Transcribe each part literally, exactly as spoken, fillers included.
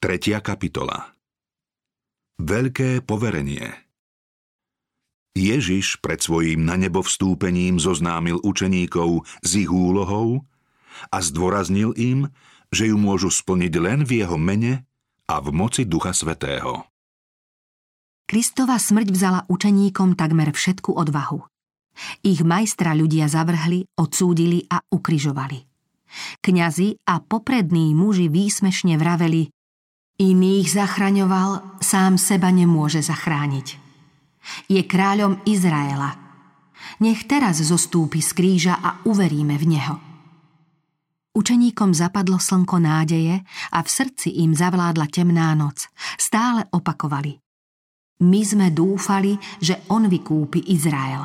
Tretia kapitola. Veľké poverenie. Ježiš pred svojím na nebo vstúpením zoznámil učeníkov s ich úlohou a zdôraznil im, že ju môžu splniť len v jeho mene a v moci Ducha Svätého. Kristova smrť vzala učeníkom takmer všetku odvahu. Ich majstra ľudia zavrhli, odsúdili a ukrižovali. Kňazi a poprední muži výsmešne vraveli: iných zachraňoval, sám seba nemôže zachrániť. Je kráľom Izraela. Nech teraz zostúpi z kríža a uveríme v neho. Učeníkom zapadlo slnko nádeje a v srdci im zavládla temná noc. Stále opakovali: my sme dúfali, že on vykúpi Izrael.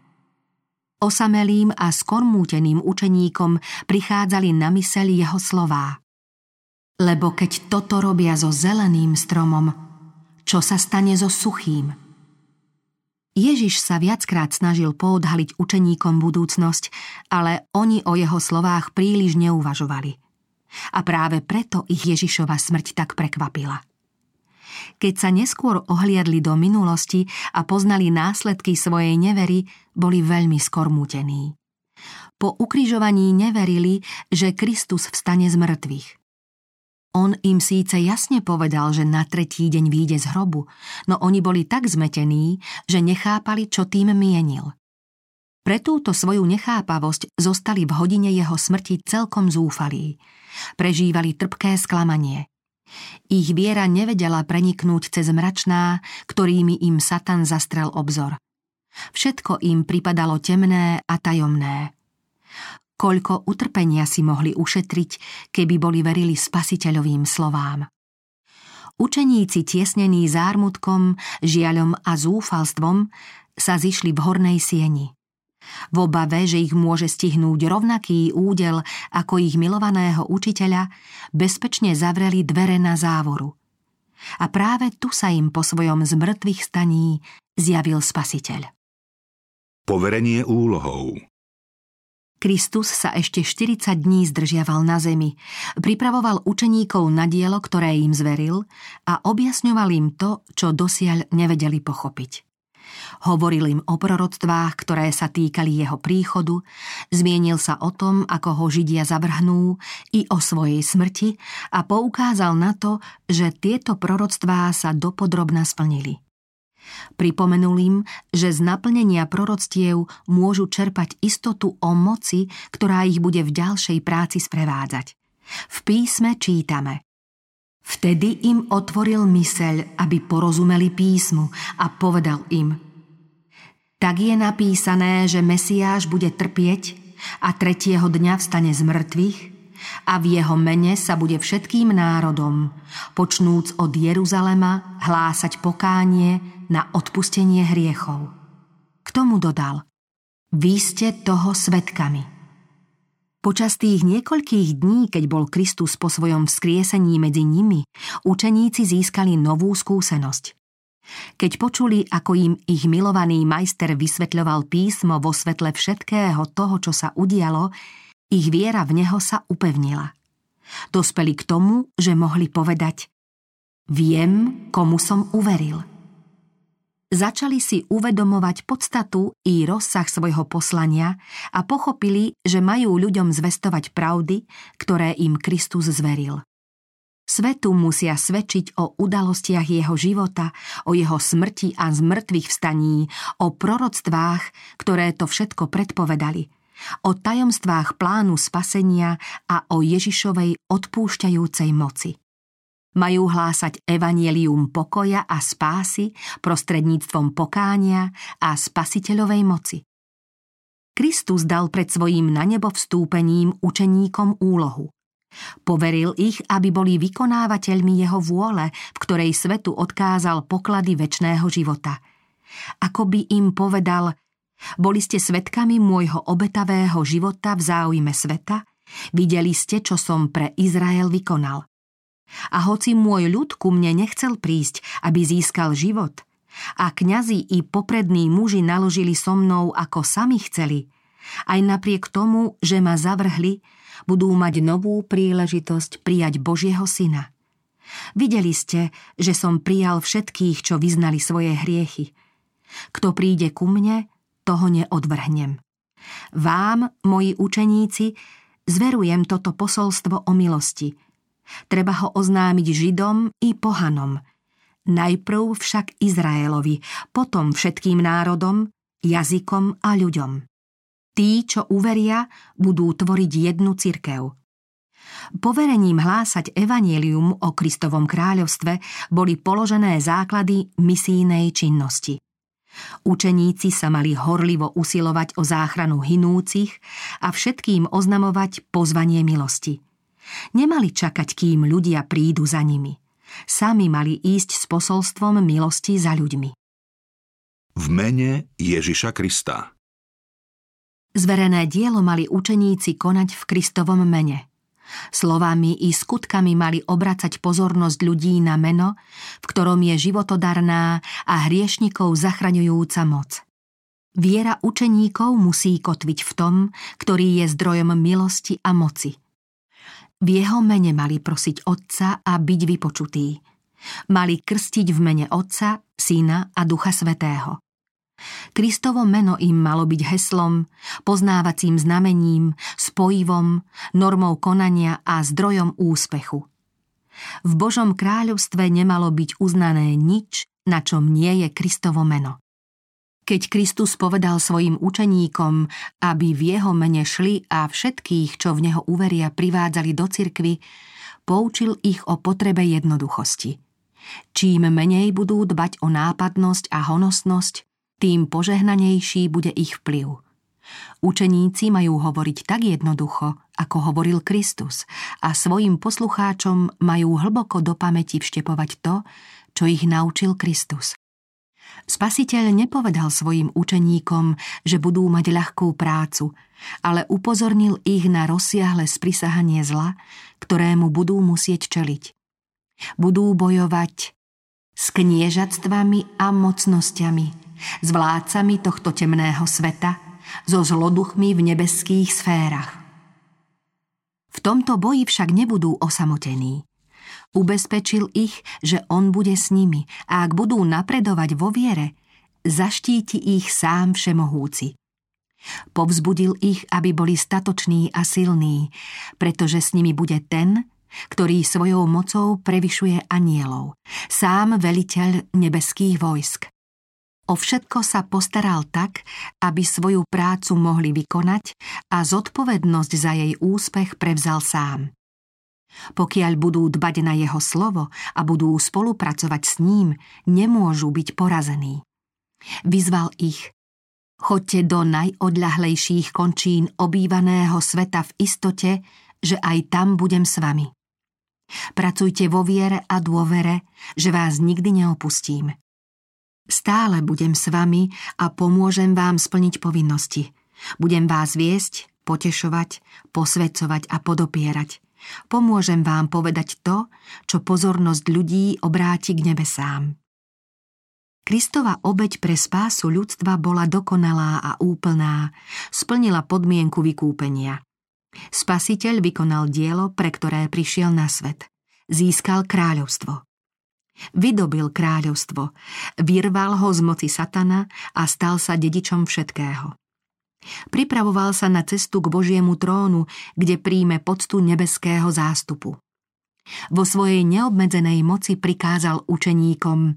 Osamelým a skormúteným učeníkom prichádzali na myseľ jeho slová. Lebo keď toto robia so zeleným stromom, čo sa stane so suchým? Ježiš sa viackrát snažil poodhaliť učeníkom budúcnosť, ale oni o jeho slovách príliš neuvažovali. A práve preto ich Ježišova smrť tak prekvapila. Keď sa neskôr ohliadli do minulosti a poznali následky svojej nevery, boli veľmi skormútení. Po ukrižovaní neverili, že Kristus vstane z mŕtvych. On im síce jasne povedal, že na tretí deň vyjde z hrobu, no oni boli tak zmetení, že nechápali, čo tým mienil. Pre túto svoju nechápavosť zostali v hodine jeho smrti celkom zúfalí. Prežívali trpké sklamanie. Ich viera nevedela preniknúť cez mračná, ktorými im Satan zastrel obzor. Všetko im pripadalo temné a tajomné. Koľko utrpenia si mohli ušetriť, keby boli verili spasiteľovým slovám. Učeníci tiesnení zármutkom, žiaľom a zúfalstvom sa zišli v hornej sieni. V obave, že ich môže stihnúť rovnaký údel ako ich milovaného učiteľa, bezpečne zavreli dvere na závoru. A práve tu sa im po svojom zmrtvých staní zjavil Spasiteľ. Poverenie úlohou. Kristus sa ešte štyridsať dní zdržiaval na zemi, pripravoval učeníkov na dielo, ktoré im zveril, a objasňoval im to, čo dosiaľ nevedeli pochopiť. Hovoril im o proroctvách, ktoré sa týkali jeho príchodu, zmienil sa o tom, ako ho Židia zavrhnú, i o svojej smrti a poukázal na to, že tieto proroctvá sa dopodrobna splnili. Pripomenul im, že z naplnenia proroctiev môžu čerpať istotu o moci, ktorá ich bude v ďalšej práci sprevádzať. V písme čítame: vtedy im otvoril myseľ, aby porozumeli písmu, a povedal im: tak je napísané, že Mesiáš bude trpieť a tretieho dňa vstane z mŕtvych a v jeho mene sa bude všetkým národom, počnúc od Jeruzalema, hlásať pokánie na odpustenie hriechov. K tomu dodal: vy ste toho svedkami. Počas tých niekoľkých dní, keď bol Kristus po svojom vzkriesení medzi nimi, učeníci získali novú skúsenosť. Keď počuli, ako im ich milovaný majster vysvetľoval písmo vo svetle všetkého toho, čo sa udialo, ich viera v neho sa upevnila. Dospeli k tomu, že mohli povedať: viem, komu som uveril. Začali si uvedomovať podstatu i rozsah svojho poslania a pochopili, že majú ľuďom zvestovať pravdy, ktoré im Kristus zveril. Svetu musia svedčiť o udalostiach jeho života, o jeho smrti a zmrtvých vstaní, o proroctvách, ktoré to všetko predpovedali, o tajomstvách plánu spasenia a o Ježišovej odpúšťajúcej moci. Majú hlásať evanjelium pokoja a spásy prostredníctvom pokánia a spasiteľovej moci. Kristus dal pred svojím na nebo vstúpením učeníkom úlohu. Poveril ich, aby boli vykonávateľmi jeho vôle, v ktorej svetu odkázal poklady večného života. Ako by im povedal: boli ste svedkami môjho obetavého života v záujme sveta, videli ste, čo som pre Izrael vykonal. A hoci môj ľud ku mne nechcel prísť, aby získal život, a kňazi i poprední muži naložili so mnou, ako sami chceli, aj napriek tomu, že ma zavrhli, budú mať novú príležitosť prijať Božieho syna. Videli ste, že som prijal všetkých, čo vyznali svoje hriechy. Kto príde ku mne, toho neodvrhnem. Vám, moji učeníci, zverujem toto posolstvo o milosti. Treba ho oznámiť Židom i pohanom. Najprv však Izraelovi, potom všetkým národom, jazykom a ľuďom. Tí, čo uveria, budú tvoriť jednu cirkev. Poverením hlásať evanjelium o Kristovom kráľovstve boli položené základy misijnej činnosti. Učeníci sa mali horlivo usilovať o záchranu hinúcich a všetkým oznamovať pozvanie milosti. Nemali čakať, kým ľudia prídu za nimi. Sami mali ísť s posolstvom milosti za ľuďmi. V mene Ježiša Krista. Zverené dielo mali učeníci konať v Kristovom mene. Slovami i skutkami mali obracať pozornosť ľudí na meno, v ktorom je životodarná a hriešnikov zachraňujúca moc. Viera učeníkov musí kotviť v tom, ktorý je zdrojom milosti a moci. V jeho mene mali prosiť Otca a byť vypočutí. Mali krstiť v mene Otca, Syna a Ducha Svätého. Kristovo meno im malo byť heslom, poznávacím znamením, spojivom, normou konania a zdrojom úspechu. V Božom kráľovstve nemalo byť uznané nič, na čom nie je Kristovo meno. Keď Kristus povedal svojim učeníkom, aby v jeho mene šli a všetkých, čo v neho uveria, privádzali do cirkvi, poučil ich o potrebe jednoduchosti. Čím menej budú dbať o nápadnosť a honosnosť, tým požehnanejší bude ich vplyv. Učeníci majú hovoriť tak jednoducho, ako hovoril Kristus, a svojim poslucháčom majú hlboko do pamäti vštepovať to, čo ich naučil Kristus. Spasiteľ nepovedal svojim učeníkom, že budú mať ľahkú prácu, ale upozornil ich na rozsiahle sprisahanie zla, ktorému budú musieť čeliť. Budú bojovať s kniežatstvami a mocnosťami, s vládcami tohto temného sveta, so zloduchmi v nebeských sférach. V tomto boji však nebudú osamotení. Ubezpečil ich, že on bude s nimi a ak budú napredovať vo viere, zaštíti ich sám Všemohúci. Povzbudil ich, aby boli statoční a silní, pretože s nimi bude ten, ktorý svojou mocou prevyšuje anielov, sám veliteľ nebeských vojsk. O všetko sa postaral tak, aby svoju prácu mohli vykonať a zodpovednosť za jej úspech prevzal sám. Pokiaľ budú dbať na jeho slovo a budú spolupracovať s ním, nemôžu byť porazení. Vyzval ich: choďte do najodľahlejších končín obývaného sveta v istote, že aj tam budem s vami. Pracujte vo viere a dôvere, že vás nikdy neopustím. Stále budem s vami a pomôžem vám splniť povinnosti. Budem vás viesť, potešovať, posväcovať a podopierať. Pomôžem vám povedať to, čo pozornosť ľudí obráti k nebesám. Kristova obeť pre spásu ľudstva bola dokonalá a úplná, splnila podmienku vykúpenia. Spasiteľ vykonal dielo, pre ktoré prišiel na svet. Získal kráľovstvo. Vydobil kráľovstvo, vyrval ho z moci satana a stal sa dedičom všetkého. Pripravoval sa na cestu k Božiemu trónu, kde príjme poctu nebeského zástupu. Vo svojej neobmedzenej moci prikázal učeníkom: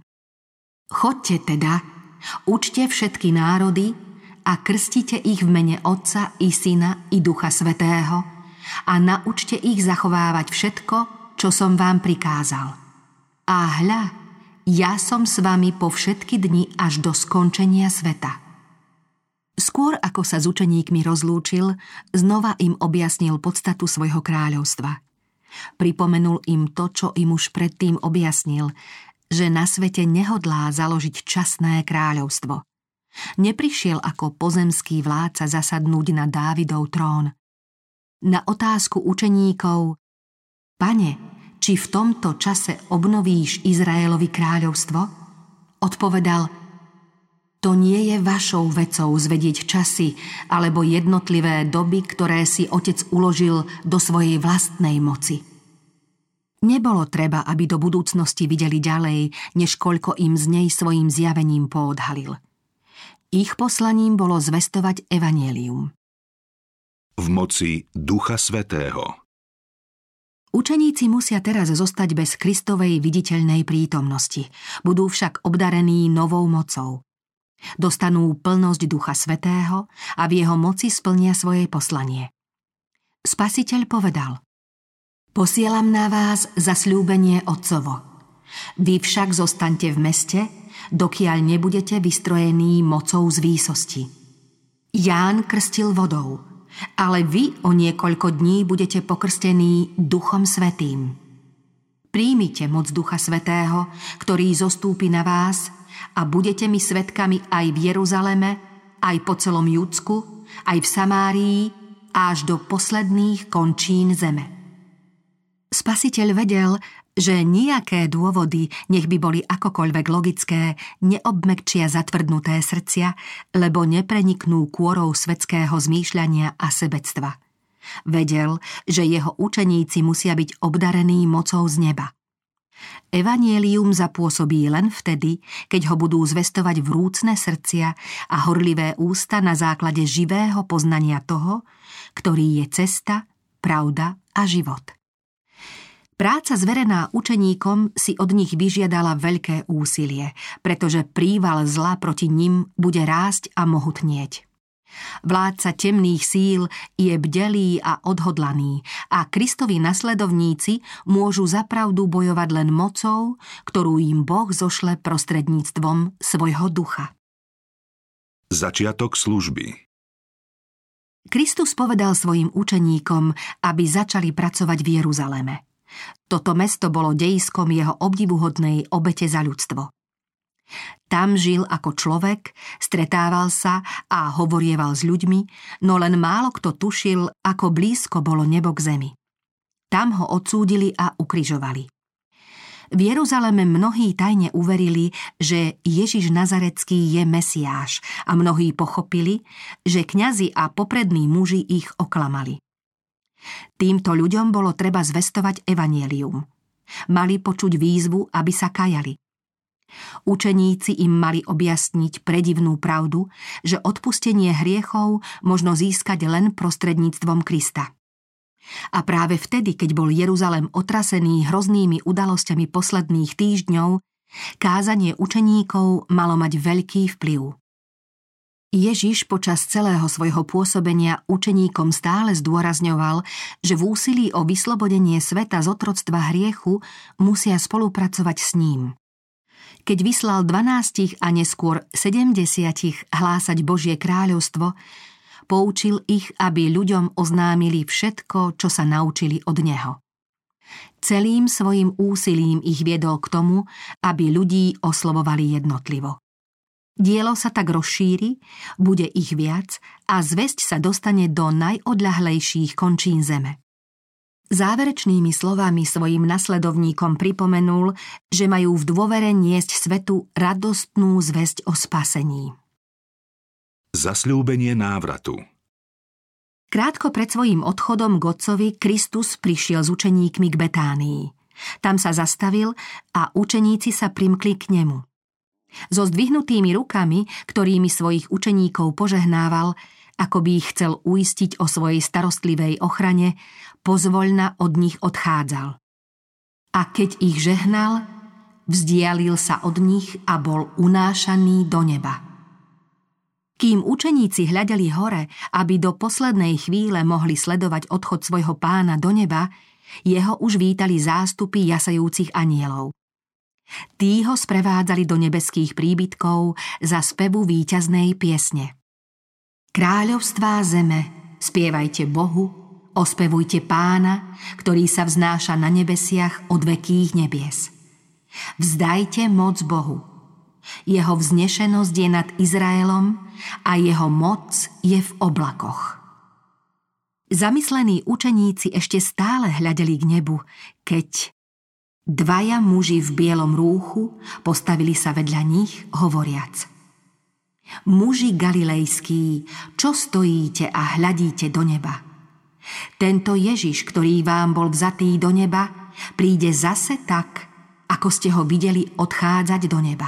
choďte teda, učte všetky národy a krstite ich v mene Otca i Syna i Ducha Svätého a naučte ich zachovávať všetko, čo som vám prikázal. A hľa, ja som s vami po všetky dni až do skončenia sveta. Skôr ako sa s učeníkmi rozlúčil, znova im objasnil podstatu svojho kráľovstva. Pripomenul im to, čo im už predtým objasnil, že na svete nehodlá založiť časné kráľovstvo. Neprišiel ako pozemský vládca zasadnúť na Dávidov trón. Na otázku učeníkov: Pane, či v tomto čase obnovíš Izraelovi kráľovstvo? Odpovedal: to nie je vašou vecou zvedieť časy alebo jednotlivé doby, ktoré si Otec uložil do svojej vlastnej moci. Nebolo treba, aby do budúcnosti videli ďalej, než koľko im z nej svojim zjavením poodhalil. Ich poslaním bolo zvestovať evanjelium. V moci Ducha Svätého. Učeníci musia teraz zostať bez Kristovej viditeľnej prítomnosti, budú však obdarení novou mocou. Dostanú plnosť Ducha Svätého a v jeho moci splnia svoje poslanie. Spasiteľ povedal: Posielam na vás zasľúbenie Otcovo. Vy však zostaňte v meste, dokiaľ nebudete vystrojení mocou z výsosti. Ján krstil vodou, ale vy o niekoľko dní budete pokrstení Duchom Svätým. Príjmite moc Ducha Svätého, ktorý zostúpi na vás, a budete mi svedkami aj v Jeruzaleme, aj po celom Judsku, aj v Samárii, až do posledných končín zeme. Spasiteľ vedel, že nejaké dôvody, nech by boli akokoľvek logické, neobmekčia zatvrdnuté srdcia, lebo nepreniknú kôrou svetského zmýšľania a sebectva. Vedel, že jeho učeníci musia byť obdarení mocou z neba. Evanjelium zapôsobí len vtedy, keď ho budú zvestovať vrúcne srdcia a horlivé ústa na základe živého poznania toho, ktorý je cesta, pravda a život. Práca zverená učeníkom si od nich vyžiadala veľké úsilie, pretože príval zla proti nim bude rásť a mohutnieť. Vládca temných síl je bdelý a odhodlaný a Kristovi nasledovníci môžu zapravdu bojovať len mocou, ktorú im Boh zošle prostredníctvom svojho ducha. Začiatok služby. Kristus povedal svojim učeníkom, aby začali pracovať v Jeruzaleme. Toto mesto bolo dejiskom jeho obdivuhodnej obete za ľudstvo. Tam žil ako človek, stretával sa a hovorieval s ľuďmi, no len málo kto tušil, ako blízko bolo nebo k zemi. Tam ho odsúdili a ukrižovali. V Jeruzaleme mnohí tajne uverili, že Ježiš Nazarecký je Mesiáš, a mnohí pochopili, že kňazi a poprední muži ich oklamali. Týmto ľuďom bolo treba zvestovať evanjelium. Mali počuť výzvu, aby sa kajali. Učeníci im mali objasniť predivnú pravdu, že odpustenie hriechov možno získať len prostredníctvom Krista. A práve vtedy, keď bol Jeruzalem otrasený hroznými udalosťami posledných týždňov, kázanie učeníkov malo mať veľký vplyv. Ježiš počas celého svojho pôsobenia učeníkom stále zdôrazňoval, že v úsilí o vyslobodenie sveta z otroctva hriechu musia spolupracovať s ním. Keď vyslal dvanástich a neskôr sedemdesiatich hlásať Božie kráľovstvo, poučil ich, aby ľuďom oznámili všetko, čo sa naučili od neho. Celým svojim úsilím ich viedol k tomu, aby ľudí oslovovali jednotlivo. Dielo sa tak rozšíri, bude ich viac a zvesť sa dostane do najodľahlejších končín zeme. Záverečnými slovami svojim nasledovníkom pripomenul, že majú v dôvere niesť svetu radostnú zvesť o spasení. Zasľúbenie návratu. Krátko pred svojím odchodom k Otcovi Kristus prišiel s učeníkmi k Betánii. Tam sa zastavil a učeníci sa primkli k nemu. So zdvihnutými rukami, ktorými svojich učeníkov požehnával, ako by ich chcel uistiť o svojej starostlivej ochrane, pozvoľna od nich odchádzal. A keď ich žehnal, vzdialil sa od nich a bol unášaný do neba. Kým učeníci hľadeli hore, aby do poslednej chvíle mohli sledovať odchod svojho pána do neba, jeho už vítali zástupy jasajúcich anielov. Tí ho sprevádzali do nebeských príbytkov za spevu víťaznej piesne. Kráľovstvá zeme, spievajte Bohu, ospevujte Pána, ktorý sa vznáša na nebesiach od vekých nebies. Vzdajte moc Bohu. Jeho vznešenosť je nad Izraelom a jeho moc je v oblakoch. Zamyslení učeníci ešte stále hľadeli k nebu, keď dvaja muži v bielom rúchu postavili sa vedľa nich, hovoriac: Muži galilejskí, čo stojíte a hľadíte do neba? Tento Ježiš, ktorý vám bol vzatý do neba, príde zase tak, ako ste ho videli odchádzať do neba.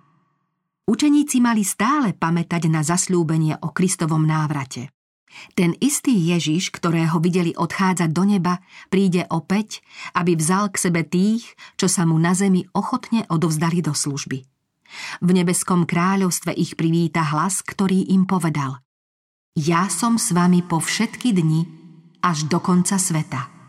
Učeníci mali stále pamätať na zasľúbenie o Kristovom návrate. Ten istý Ježiš, ktorého videli odchádzať do neba, príde opäť, aby vzal k sebe tých, čo sa mu na zemi ochotne odovzdali do služby. V nebeskom kráľovstve ich privíta hlas, ktorý im povedal: Ja som s vami po všetky dni, až do konca sveta.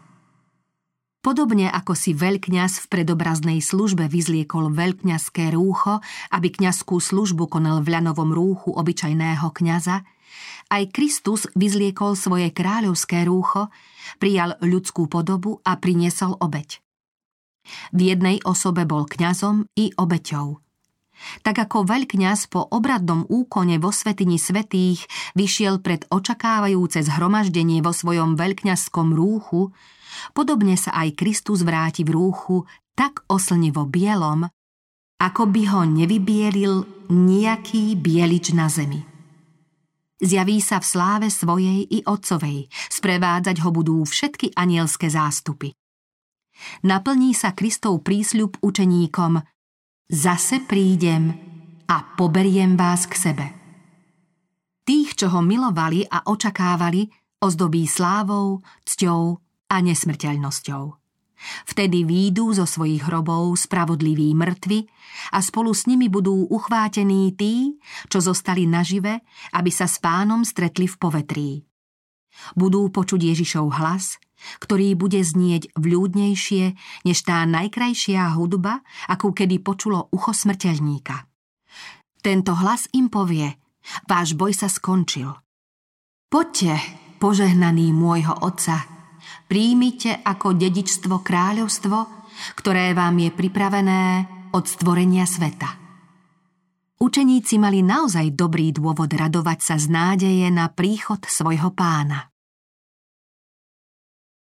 Podobne ako si veľkňaz v predobraznej službe vyzliekol veľkňazské rúcho, aby kňazskú službu konal v ľanovom rúchu obyčajného kňaza, aj Kristus vyzliekol svoje kráľovské rúcho, prijal ľudskú podobu a priniesol obeť. V jednej osobe bol kňazom i obeťou. Tak ako veľkňaz po obradnom úkone vo svätyni svätých vyšiel pred očakávajúce zhromaždenie vo svojom veľkňazskom rúchu, podobne sa aj Kristus vráti v rúchu tak oslnivo bielom, ako by ho nevybielil nejaký bielič na zemi. Zjaví sa v sláve svojej i Otcovej, sprevádzať ho budú všetky anielské zástupy. Naplní sa Kristov prísľub učeníkom: Zase prídem a poberiem vás k sebe. Tých, čo ho milovali a očakávali, ozdobí slávou, cťou a nesmrteľnosťou. Vtedy výjdu zo svojich hrobov spravodliví mŕtvi a spolu s nimi budú uchvátení tí, čo zostali nažive, aby sa s Pánom stretli v povetrí. Budú počuť Ježišov hlas, ktorý bude znieť vľúdnejšie než tá najkrajšia hudba, akú kedy počulo ucho smrteľníka. Tento hlas im povie: Váš boj sa skončil. Poďte, požehnaní môjho Otca, príjmite ako dedičstvo kráľovstvo, ktoré vám je pripravené od stvorenia sveta. Učeníci mali naozaj dobrý dôvod radovať sa z nádeje na príchod svojho Pána.